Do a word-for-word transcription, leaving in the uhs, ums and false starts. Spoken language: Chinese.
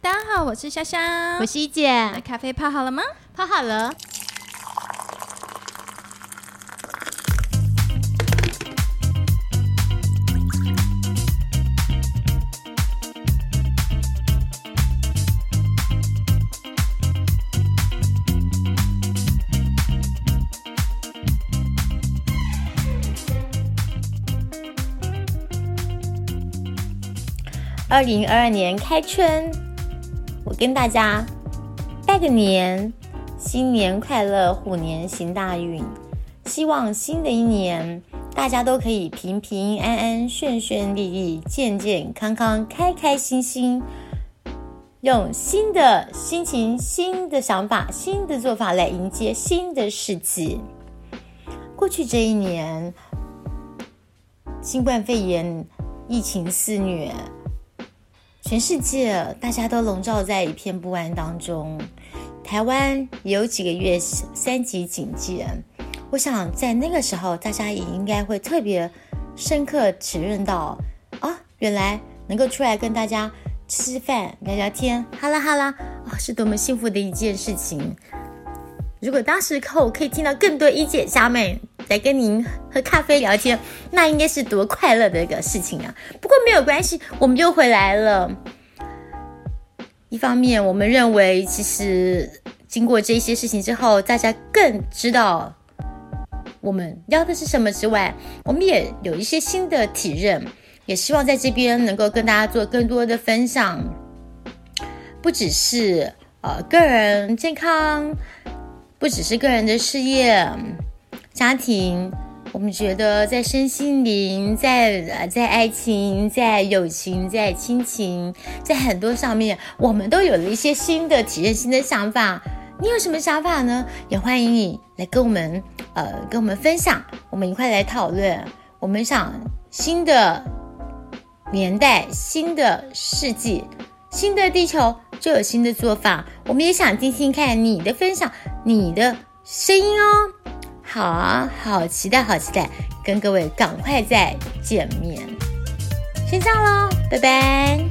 大家好，我是香香， 我是一姐。 那咖啡泡好了吗？ 泡好了。二零二二年开春，我跟大家拜个年，新年快乐，虎年行大运。希望新的一年大家都可以平平安安、顺顺利利、健健康康、开开心心，用新的心情、新的想法、新的做法来迎接新的世纪。过去这一年，新冠肺炎疫情肆虐，全世界大家都笼罩在一片不安当中，台湾也有几个月三级警戒。我想在那个时候大家也应该会特别深刻体认到啊，原来能够出来跟大家吃饭聊聊天，哈啦哈啦、哦、是多么幸福的一件事情。如果当时后可以听到更多一姐虾妹来跟您喝咖啡聊天，那应该是多快乐的一个事情啊！不过没有关系，我们又回来了。一方面，我们认为其实经过这些事情之后，大家更知道我们要的是什么之外，我们也有一些新的体认，也希望在这边能够跟大家做更多的分享，不只是呃个人健康，不只是个人的事业、家庭，我们觉得在身心灵，在呃在爱情，在友情，在亲情，在很多上面，我们都有了一些新的体验、新的想法。你有什么想法呢？也欢迎你来跟我们呃跟我们分享，我们一块来讨论。我们想新的年代、新的世纪、新的地球就有新的做法，我们也想听听看你的分享，你的声音哦。好啊，好期待，好期待，跟各位赶快再见面。先这样咯，拜拜。